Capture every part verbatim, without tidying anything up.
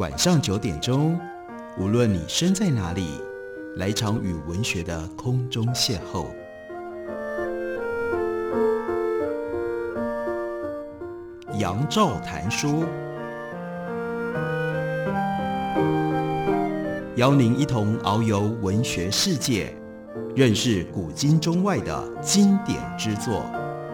晚上九点钟，无论你身在哪里，来场与文学的空中邂逅。杨照谈书，邀您一同遨游文学世界，认识古今中外的经典之作。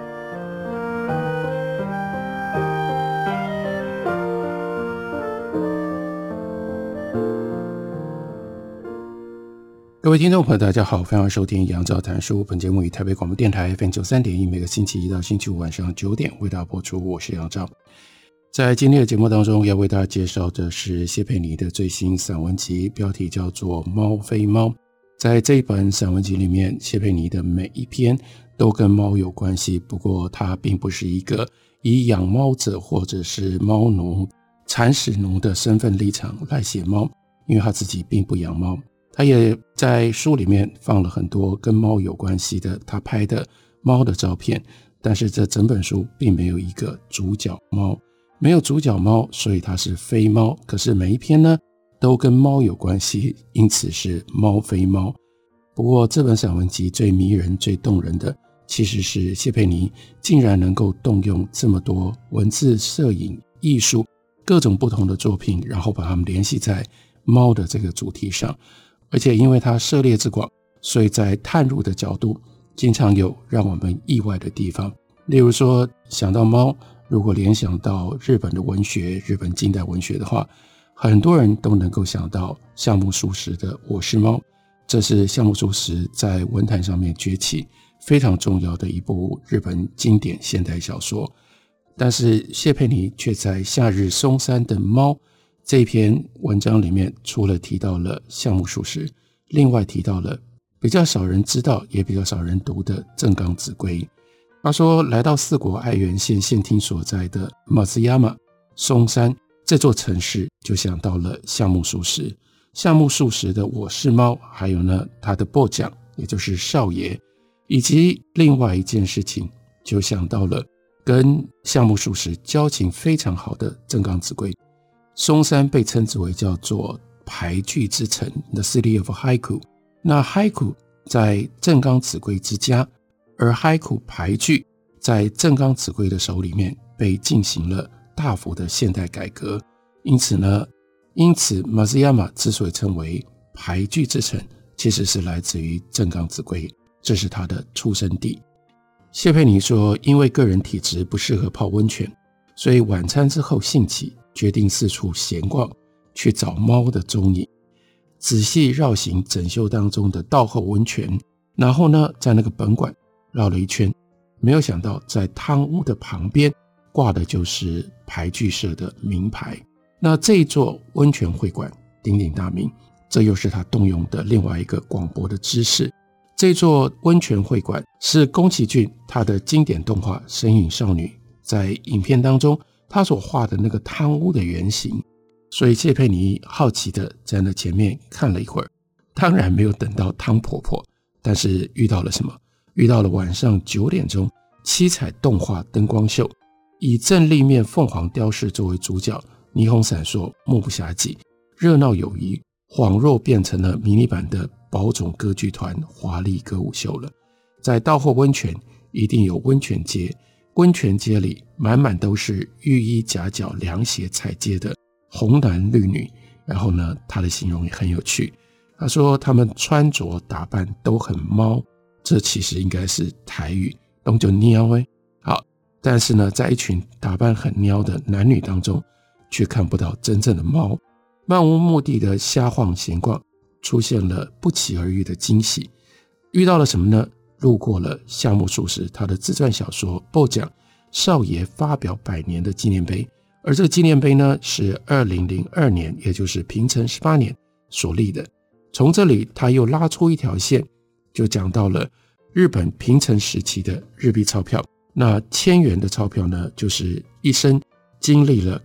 各位听众朋友大家好，欢迎收听杨照谈书，本节目以台北广播电台 F M 九十三点一 每个星期一到星期五晚上九点为大家播出，我是杨照。在今天的节目当中要为大家介绍的是谢佩妮的最新散文集，标题叫做猫非猫。在这一本散文集里面，谢佩妮的每一篇都跟猫有关系，不过它并不是一个以养猫者或者是猫奴、铲屎奴的身份立场来写猫，因为他自己并不养猫。他也在书里面放了很多跟猫有关系的他拍的猫的照片，但是这整本书并没有一个主角猫，没有主角猫，所以它是非猫。可是每一篇呢都跟猫有关系，因此是猫非猫。不过这本散文集最迷人最动人的其实是谢佩妮竟然能够动用这么多文字、摄影、艺术各种不同的作品，然后把它们联系在猫的这个主题上。而且因为它涉猎之广，所以在探入的角度经常有让我们意外的地方。例如说想到猫，如果联想到日本的文学，日本近代文学的话，很多人都能够想到夏目漱石的《我是猫》，这是夏目漱石在文坛上面崛起非常重要的一部日本经典现代小说。但是谢佩妮却在夏日松山的猫这篇文章里面，除了提到了夏目漱石，另外提到了比较少人知道也比较少人读的正冈子规。他说来到四国爱媛县县厅所在的马兹亚马松山这座城市，就想到了夏目漱石。夏目漱石的《我是猫》，还有呢他的播讲也就是少爷，以及另外一件事情，就想到了跟夏目漱石交情非常好的正冈子规。松山被称之为叫做俳句之城 The City of Haiku， 那 Haiku 在正冈子规之家，而 Haiku 俳句在正冈子规的手里面被进行了大幅的现代改革。因此呢，因此马兹亚马之所以称为俳句之城，其实是来自于正冈子规，这是他的出生地。谢佩妮说，因为个人体质不适合泡温泉，所以晚餐之后兴起，决定四处闲逛，去找猫的踪影，仔细绕行整修当中的道后温泉，然后呢在那个本馆绕了一圈，没有想到在汤屋的旁边挂的就是俳句社的名牌。那这一座温泉会馆鼎鼎大名，这又是他动用的另外一个广博的知识。这座温泉会馆是宫崎骏他的经典动画《神隐少女》在影片当中他所画的那个汤屋的原型，所以谢佩妮好奇的在那前面看了一会儿，当然没有等到汤婆婆，但是遇到了什么？遇到了晚上九点钟七彩动画灯光秀，以正立面凤凰雕饰作为主角，霓虹闪烁，目不暇接，热闹有余，恍若变成了迷你版的宝冢歌剧团华丽歌舞秀了。在道后温泉一定有温泉街，温泉街里满满都是浴衣夹脚凉鞋踩街的红男绿女，然后呢他的形容也很有趣，他说他们穿着打扮都很猫，这其实应该是台语弄就喵欸。好，但是呢在一群打扮很喵的男女当中却看不到真正的猫，漫无目的的瞎晃闲逛，出现了不期而遇的惊喜。遇到了什么呢？路过了夏目漱石他的自传小说《播讲少爷发表百年的纪念碑》，而这个纪念碑呢是二零零二年，也就是平成十八年所立的。从这里他又拉出一条线，就讲到了日本平成时期的日币钞票。那千元的钞票呢，就是一生经历了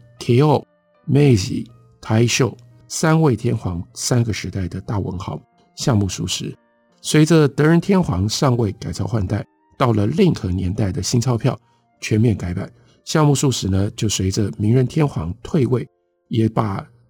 Kyo、Meiji、台秀三位天皇三个时代的大文豪夏目漱石。随着德仁天皇上位改朝换代，到了令和年代的新钞票全面改版，夏目漱石呢就随着明仁天皇退位，也把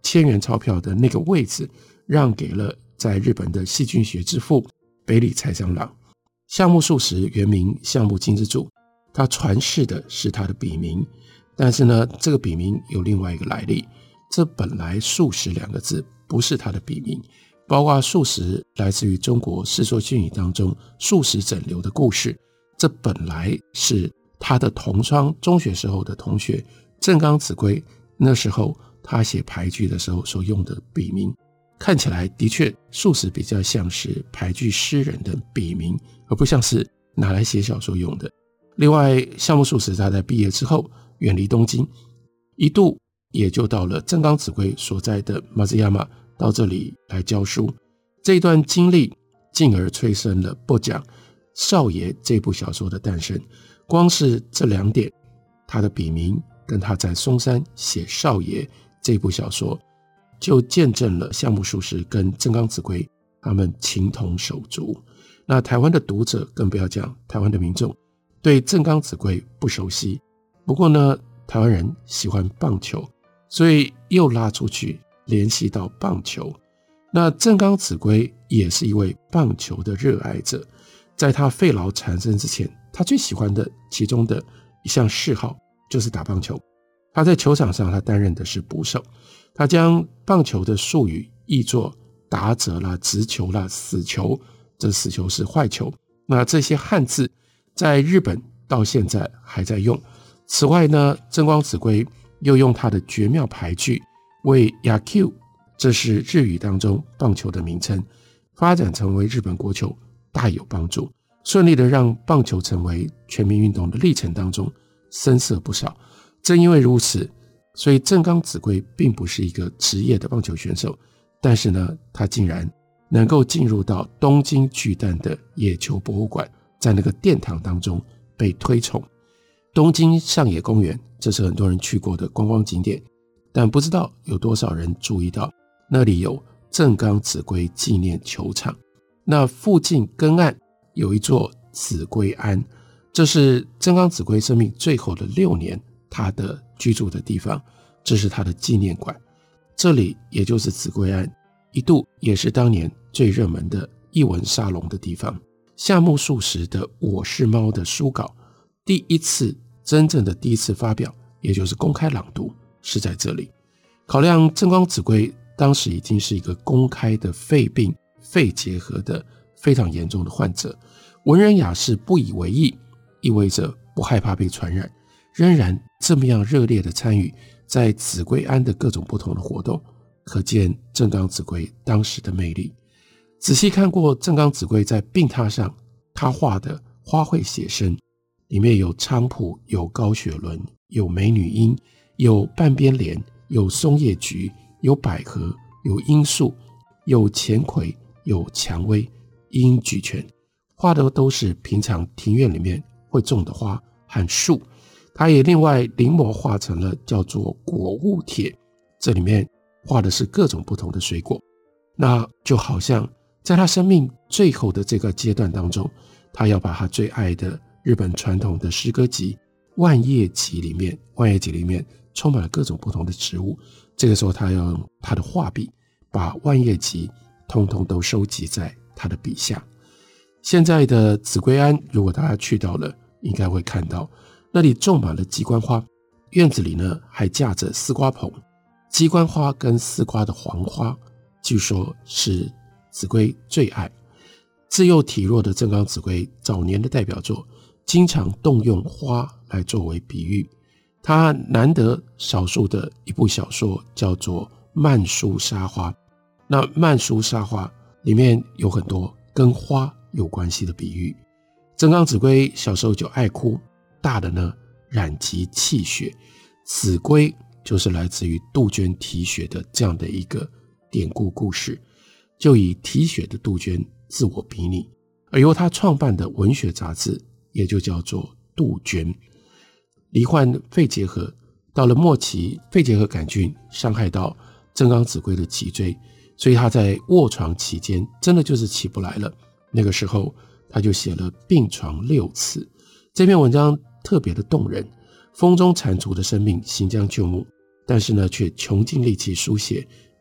千元钞票的那个位置让给了在日本的细菌学之父北里蔡三郎。项目漱石原名项目金之助，他传世的是他的笔名，但是呢，这个笔名有另外一个来历，这本来漱石两个字不是他的笔名，包括漱石来自于中国《世说新语》当中漱石整流的故事，这本来是他的同窗中学时候的同学正冈子规，那时候他写俳句的时候所用的笔名，看起来的确漱石比较像是俳句诗人的笔名，而不像是拿来写小说用的。另外，项目漱石他在毕业之后远离东京，一度也就到了正冈子规所在的马兹亚马，到这里来教书。这一段经历进而催生了不讲少爷这部小说的诞生。光是这两点，他的笔名跟他在松山写少爷这部小说，就见证了项目漱石跟正冈子规他们情同手足。那台湾的读者更不要讲，台湾的民众对正冈子规不熟悉，不过呢，台湾人喜欢棒球，所以又拉出去联系到棒球。那正冈子规也是一位棒球的热爱者，在他肺痨缠身之前，他最喜欢的其中的一项嗜好就是打棒球。他在球场上他担任的是捕手，他将棒球的术语译作打者啦、直球啦、死球，这死球是坏球，那这些汉字在日本到现在还在用。此外呢，正冈子规又用他的绝妙俳句为 Yaku， 这是日语当中棒球的名称，发展成为日本国球大有帮助，顺利的让棒球成为全民运动的历程当中深色不少。正因为如此，所以正冈子规并不是一个职业的棒球选手，但是呢，他竟然能够进入到东京巨蛋的野球博物馆，在那个殿堂当中被推崇。东京上野公园，这是很多人去过的观光景点，但不知道有多少人注意到那里有正冈子规纪念球场。那附近根岸有一座子规庵，这是正冈子规生命最后的六年他的居住的地方，这是他的纪念馆。这里也就是子规庵，一度也是当年最热门的艺文沙龙的地方。夏目漱石的《我是猫》的书稿第一次真正的第一次发表，也就是公开朗读，是在这里。考量正冈子规当时已经是一个公开的肺病肺结核的非常严重的患者，文人雅士不以为意，意味着不害怕被传染，仍然这么样热烈的参与在子规庵的各种不同的活动，可见正冈子规当时的魅力。仔细看过正冈子规在病榻上他画的花卉写生，里面有菖蒲，有高雪伦，有美女樱，有半边莲，有松叶菊，有百合，有罂粟，有钱葵，有蔷薇，一应俱全，画的都是平常庭院里面会种的花和树。他也另外临摹画成了叫做果物帖，这里面画的是各种不同的水果。那就好像在他生命最后的这个阶段当中，他要把他最爱的日本传统的诗歌集万叶集里面，万叶集里面充满了各种不同的植物，这个时候他要用他的画笔把万叶集通通都收集在他的笔下。现在的子规庵，如果大家去到了，应该会看到那里种满了鸡冠花，院子里呢还架着丝瓜棚，鸡冠花跟丝瓜的黄花据说是子规最爱。自幼体弱的正冈子规早年的代表作经常动用花来作为比喻，他难得少数的一部小说叫做《曼殊沙花》，那《曼殊沙花》里面有很多跟花有关系的比喻。正冈子规小时候就爱哭，大的呢染及泣血，子规就是来自于杜鹃啼血的这样的一个典故故事，就以啼血的杜鹃自我比拟，而由他创办的文学杂志也就叫做杜鹃。罹患肺结核，到了末期肺结核杆菌伤害到正冈子规的脊椎，所以他在卧床期间真的就是起不来了，那个时候他就写了病床六次。这篇文章特别的动人，风中蟾蜍的生命行将就木，但是呢却穷尽力气书写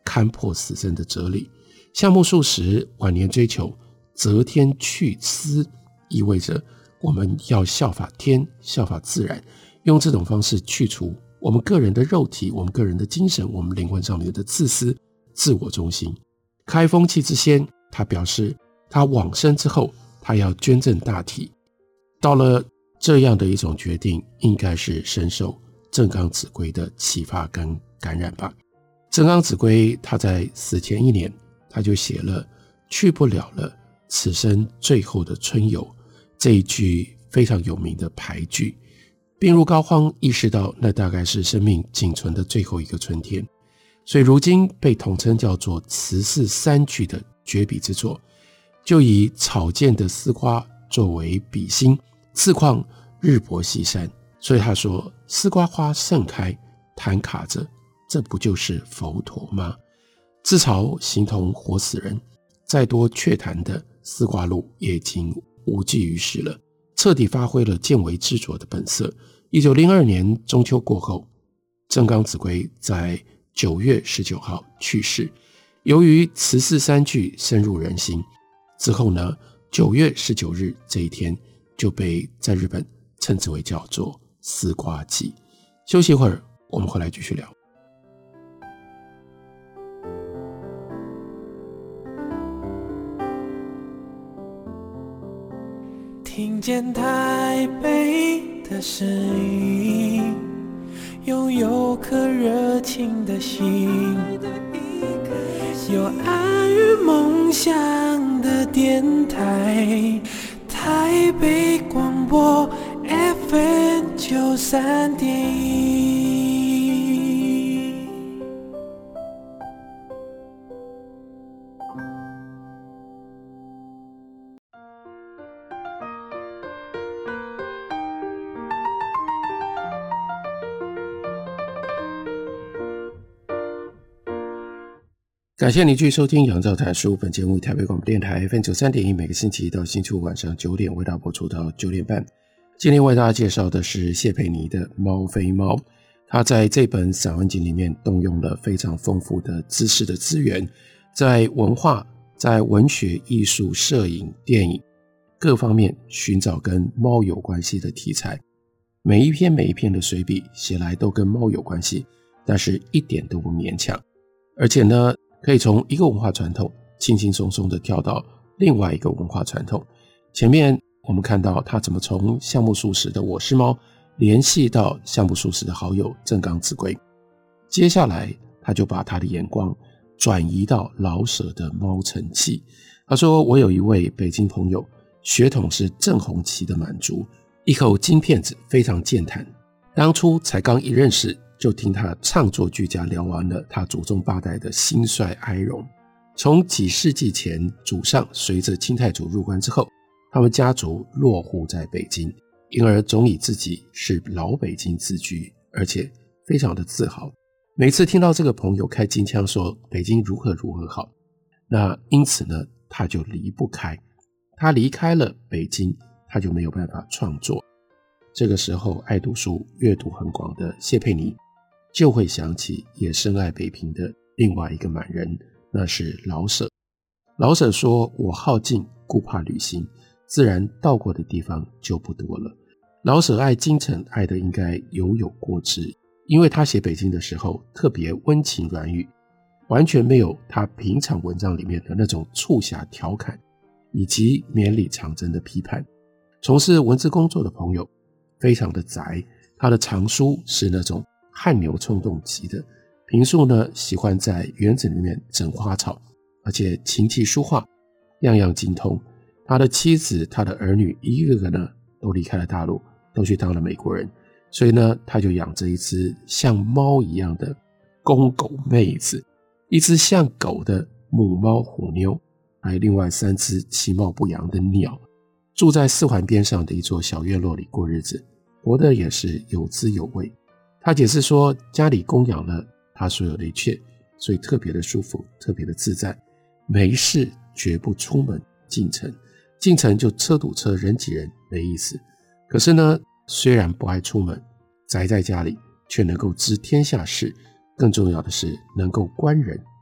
看破死生的哲理。夏目漱石晚年追求择天去私，意味着我们要效法天，效法自然，用这种方式去除我们个人的肉体，我们个人的精神，我们灵魂上面的自私、自我中心。开风气之先，他表示他往生之后，他要捐赠大体。到了这样的一种决定，应该是深受正冈子规的启发跟感染吧。正冈子规他在死前一年，他就写了去不了了，此生最后的春游这一句非常有名的牌句。病入膏肓，意识到那大概是生命仅存的最后一个春天，所以如今被统称叫做词四三句的绝笔之作，就以草间的丝瓜作为笔芯，次况日薄西山。所以他说，丝瓜花盛开，弹卡着，这不就是佛陀吗？自嘲形同活死人，再多雀谈的丝瓜路也已经无济于事了，彻底发挥了见微知著的本色。一九零二年中秋过后，正冈子规在九月十九号去世。由于词四三句深入人心，之后呢，九月十九日这一天就被在日本称之为叫做丝瓜祭。休息一会儿，我们回来继续聊。 听见台北的声音，拥有颗热情的心，有爱与梦想的电台，台北广播 F M 九十三点一。 感谢你继续收听杨照谈书，本节目台北广播电台 F M 九十三点一，每个星期一到星期五晚上九点为大家播出到九点半。今天为大家介绍的是谢佩妮的《猫非猫》，他在这本散文集里面动用了非常丰富的知识的资源，在文化、在文学、艺术、摄影、电影各方面寻找跟猫有关系的题材。每一篇每一篇的随笔写来都跟猫有关系，但是一点都不勉强，而且呢可以从一个文化传统轻轻松松的跳到另外一个文化传统。前面我们看到他怎么从夏目漱石的我是猫联系到夏目漱石的好友正冈子规，接下来他就把他的眼光转移到老舍的猫城记。他说，我有一位北京朋友，血统是正红旗的满族，一口金片子，非常健谈，当初才刚一认识就听他唱作俱佳聊完了他祖宗八代的兴衰哀荣。从几世纪前祖上随着清太祖入关之后，他们家族落户在北京，因而总以自己是老北京自居，而且非常的自豪。每次听到这个朋友开金腔说北京如何如何好，那因此呢他就离不开，他离开了北京，他就没有办法创作。这个时候爱读书阅读很广的谢佩妮就会想起也深爱北平的另外一个满人，那是老舍。老舍说，我好静故怕旅行，自然到过的地方就不多了。老舍爱京城爱的应该犹有过之，因为他写北京的时候特别温情软语，完全没有他平常文章里面的那种促狭调侃以及绵里藏针的批判。从事文字工作的朋友非常的宅，他的藏书是那种汗牛充栋级的，平素呢喜欢在园子里面整花草，而且琴棋书画样样精通。他的妻子他的儿女一个个呢都离开了大陆，都去当了美国人，所以呢他就养着一只像猫一样的公狗妹子，一只像狗的母猫虎妞，还有另外三只其貌不扬的鸟，住在四环边上的一座小院落里过日子，活得也是有滋有味。他解释说，家里供养了他所有的一切，所以特别的舒服，特别的自在，没事绝不出门进城，进城就车堵车人挤人没意思。可是呢虽然不爱出门，宅在家里却能够知天下事，更重要的是能够观人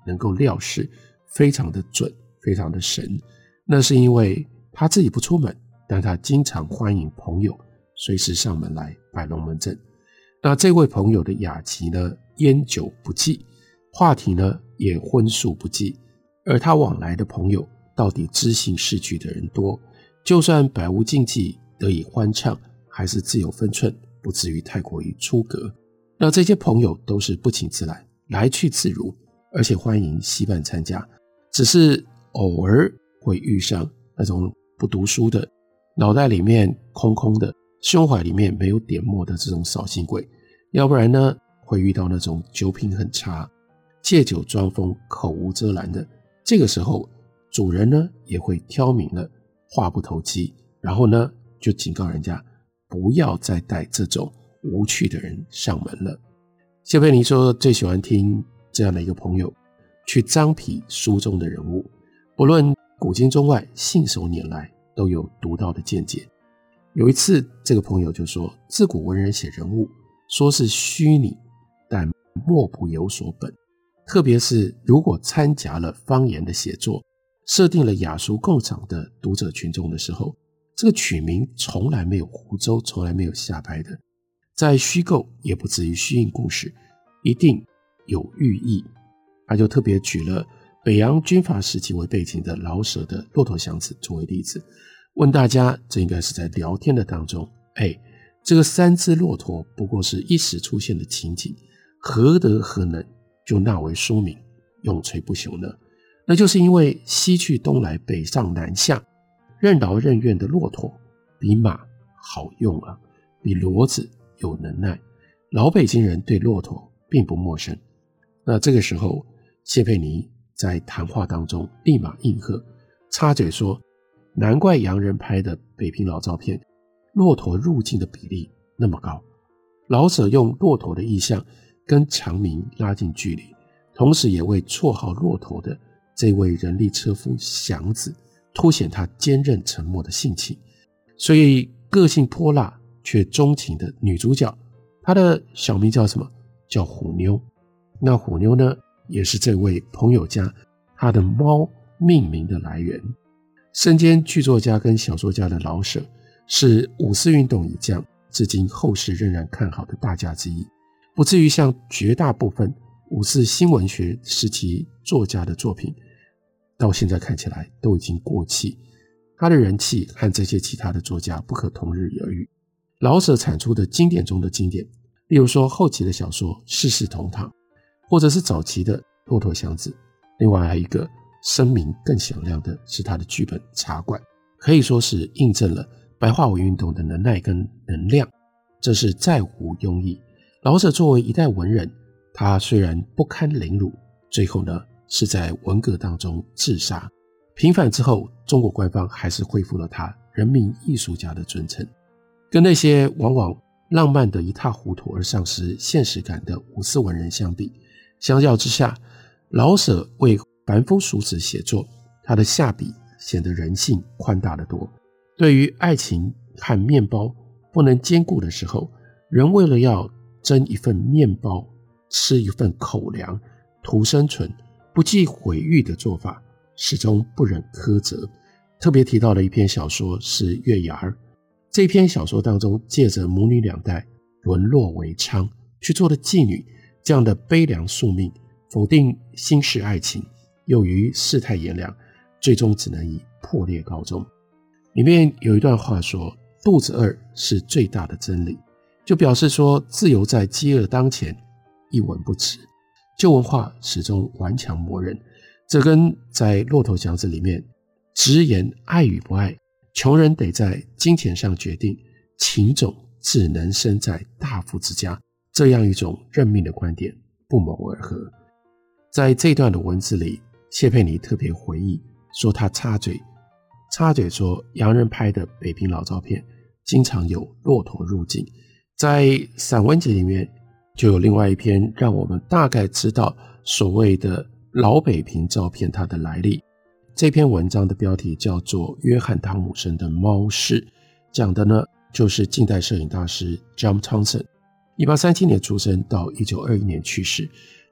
能够料事非常的准，非常的神。那是因为他自己不出门，但他经常欢迎朋友随时上门来摆龙门阵。那这位朋友的雅集呢，烟酒不忌，话题呢也荤素不忌，而他往来的朋友到底知行识趣的人多，就算百无禁忌得以欢畅，还是自有分寸，不至于太过于出格。那这些朋友都是不请自来，来去自如，而且欢迎惜伴参加，只是偶尔会遇上那种不读书的，脑袋里面空空的，胸怀里面没有点墨的这种扫兴鬼，要不然呢会遇到那种酒品很差，借酒装疯，口无遮拦的。这个时候主人呢也会挑明了话不投机，然后呢就警告人家不要再带这种无趣的人上门了。谢佩妮说最喜欢听这样的一个朋友去张皮书中的人物，不论古今中外，信手拈来都有独到的见解。有一次这个朋友就说，自古文人写人物说是虚拟，但莫不有所本，特别是如果掺杂了方言的写作，设定了雅俗共赏的读者群众的时候，这个取名从来没有胡诌，从来没有下拍的，在虚构也不至于虚应故事，一定有寓意。他就特别举了北洋军阀时期为背景的老舍的《骆驼祥子》作为例子，问大家，这应该是在聊天的当中，哎，这个三只骆驼不过是一时出现的情景，何德何能就纳为书名，永垂不朽呢？那就是因为西去东来，北上南下，任劳任怨的骆驼比马好用啊，比骡子有能耐。老北京人对骆驼并不陌生。那这个时候谢佩妮在谈话当中立马应和，插嘴说，难怪洋人拍的北平老照片骆驼入镜的比例那么高。老舍用骆驼的意象跟常民拉近距离，同时也为绰号骆驼的这位人力车夫祥子凸显他坚韧沉默的性情。所以个性泼辣却钟情的女主角，她的小名叫什么？叫虎妞。那虎妞呢，也是这位朋友家他的猫命名的来源。身兼剧作家跟小说家的老舍，是五四运动以降至今后世仍然看好的大家之一，不至于像绝大部分五四新文学时期作家的作品到现在看起来都已经过气，他的人气和这些其他的作家不可同日而语。老舍产出的经典中的经典，例如说后期的小说《世事同堂》，或者是早期的《骆驼祥子》，另外还有一个声名更响亮的是他的剧本《茶馆》，可以说是印证了白话文运动的能耐跟能量，这是再无庸议。老舍作为一代文人，他虽然不堪凌辱，最后呢是在文革当中自杀。平反之后，中国官方还是恢复了他人民艺术家的尊称。跟那些往往浪漫的一塌糊涂而丧失现实感的五四文人相比，相较之下，老舍为凡夫俗子写作，他的下笔显得人性宽大得多。对于爱情和面包不能兼顾的时候，人为了要争一份面包，吃一份口粮，图生存，不计毁誉的做法，始终不忍苛责。特别提到的一篇小说是《月牙儿》，这篇小说当中借着母女两代沦落为娼去做的妓女这样的悲凉宿命，否定新式爱情，由于世态炎凉，最终只能以破裂告终。里面有一段话说，肚子饿是最大的真理，就表示说自由在饥饿当前一文不值，旧文化始终顽强磨人。这跟在《骆驼祥子》里面直言爱与不爱，穷人得在金钱上决定，情种只能生在大富之家，这样一种认命的观点不谋而合。在这段的文字里，谢佩妮特别回忆说，他插嘴插嘴说，洋人拍的北平老照片经常有骆驼入镜。在散文集里面就有另外一篇让我们大概知道所谓的老北平照片它的来历。这篇文章的标题叫做约翰汤姆森的猫式，讲的呢就是近代摄影大师 John Thompson， 一八三七年出生到一九二一年去世。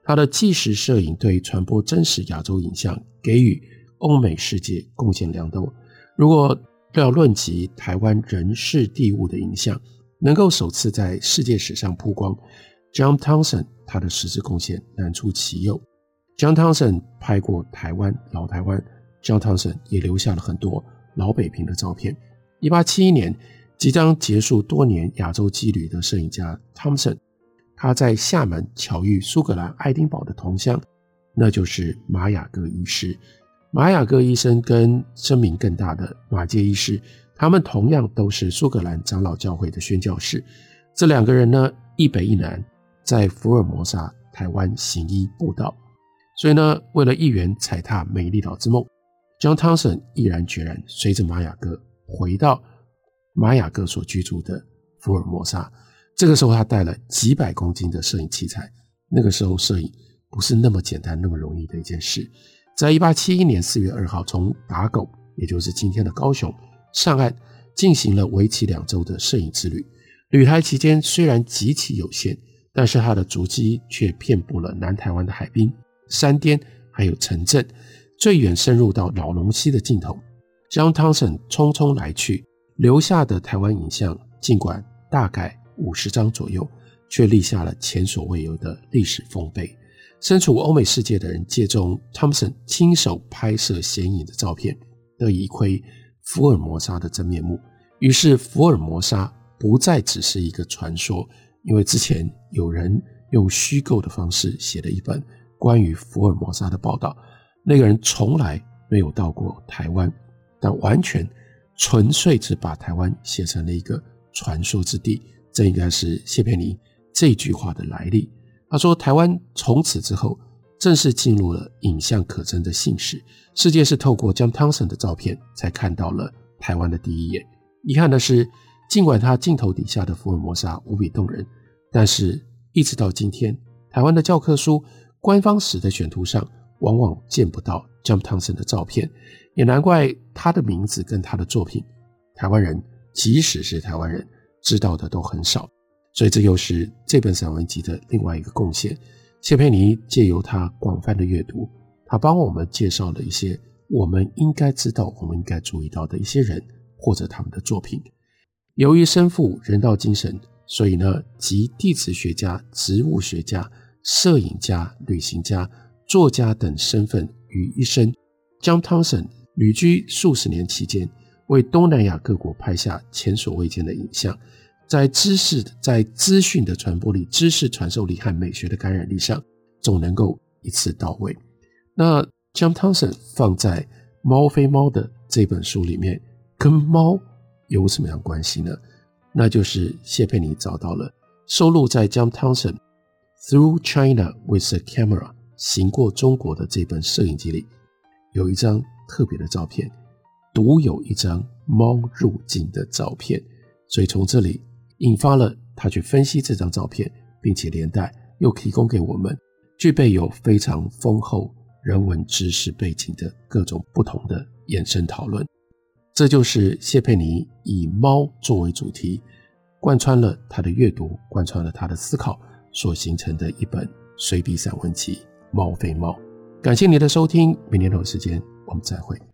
他的纪实摄影对传播真实亚洲影像给予欧美世界贡献良多。如果要论及台湾人事地物的影像能够首次在世界史上曝光， John Townsend 他的实质贡献难出其右。 John Townsend 拍过台湾老台湾， John Townsend 也留下了很多老北平的照片。一八七一年即将结束多年亚洲之旅的摄影家 Townsend， 他在厦门巧遇苏格兰爱丁堡的同乡，那就是马雅各医师。马雅各医生跟声名更大的马偕医师，他们同样都是苏格兰长老教会的宣教士。这两个人呢，一北一南，在福尔摩沙台湾行医布道。所以呢，为了一圆踩踏美丽岛之梦， John Townsend 毅然决然随着马雅各回到马雅各所居住的福尔摩沙。这个时候他带了几百公斤的摄影器材，那个时候摄影不是那么简单那么容易的一件事。在一八七一年四月二号从打狗，也就是今天的高雄上岸，进行了为期两周的摄影之旅。旅台期间虽然极其有限，但是他的足迹却遍布了南台湾的海滨、山巅还有城镇，最远深入到老龙溪的尽头。 John Townsend 匆匆来去，留下的台湾影像尽管大概五十张左右，却立下了前所未有的历史丰碑。身处欧美世界的人借重 Townsend 亲手拍摄显影的照片，得以一窥福尔摩沙的真面目。于是福尔摩沙不再只是一个传说，因为之前有人用虚构的方式写了一本关于福尔摩沙的报道，那个人从来没有到过台湾，但完全纯粹只把台湾写成了一个传说之地。这应该是谢佩妮这句话的来历。他说，台湾从此之后正式进入了影像可真的信史，世界是透过 John Townsend 的照片才看到了台湾的第一眼。遗憾的是，尽管他镜头底下的福尔摩沙无比动人，但是一直到今天，台湾的教科书、官方史的选图上往往见不到 John Townsend 的照片，也难怪他的名字跟他的作品，台湾人即使是台湾人知道的都很少。所以这又是这本散文集的另外一个贡献。谢佩妮借由他广泛的阅读，他帮我们介绍了一些我们应该知道、我们应该注意到的一些人或者他们的作品。由于身负人道精神，所以呢，集地质学家、植物学家、摄影家、旅行家、作家等身份于一身。 John Townsend 旅居数十年期间，为东南亚各国拍下前所未见的影像，在知识、在资讯的传播力、知识传授力和美学的感染力上，总能够一次到位。那 John Townsend 放在《猫非猫》的这本书里面，跟猫有什么样关系呢？那就是谢佩妮找到了收录在 John Townsend Through China with a Camera 行过中国的这本摄影集里，有一张特别的照片，独有一张猫入镜的照片。所以从这里引发了他去分析这张照片，并且连带又提供给我们具备有非常丰厚人文知识背景的各种不同的延伸讨论。这就是谢佩妮以猫作为主题，贯穿了他的阅读，贯穿了他的思考所形成的一本随笔散文集《猫非猫》。感谢你的收听，明天同一时间我们再会。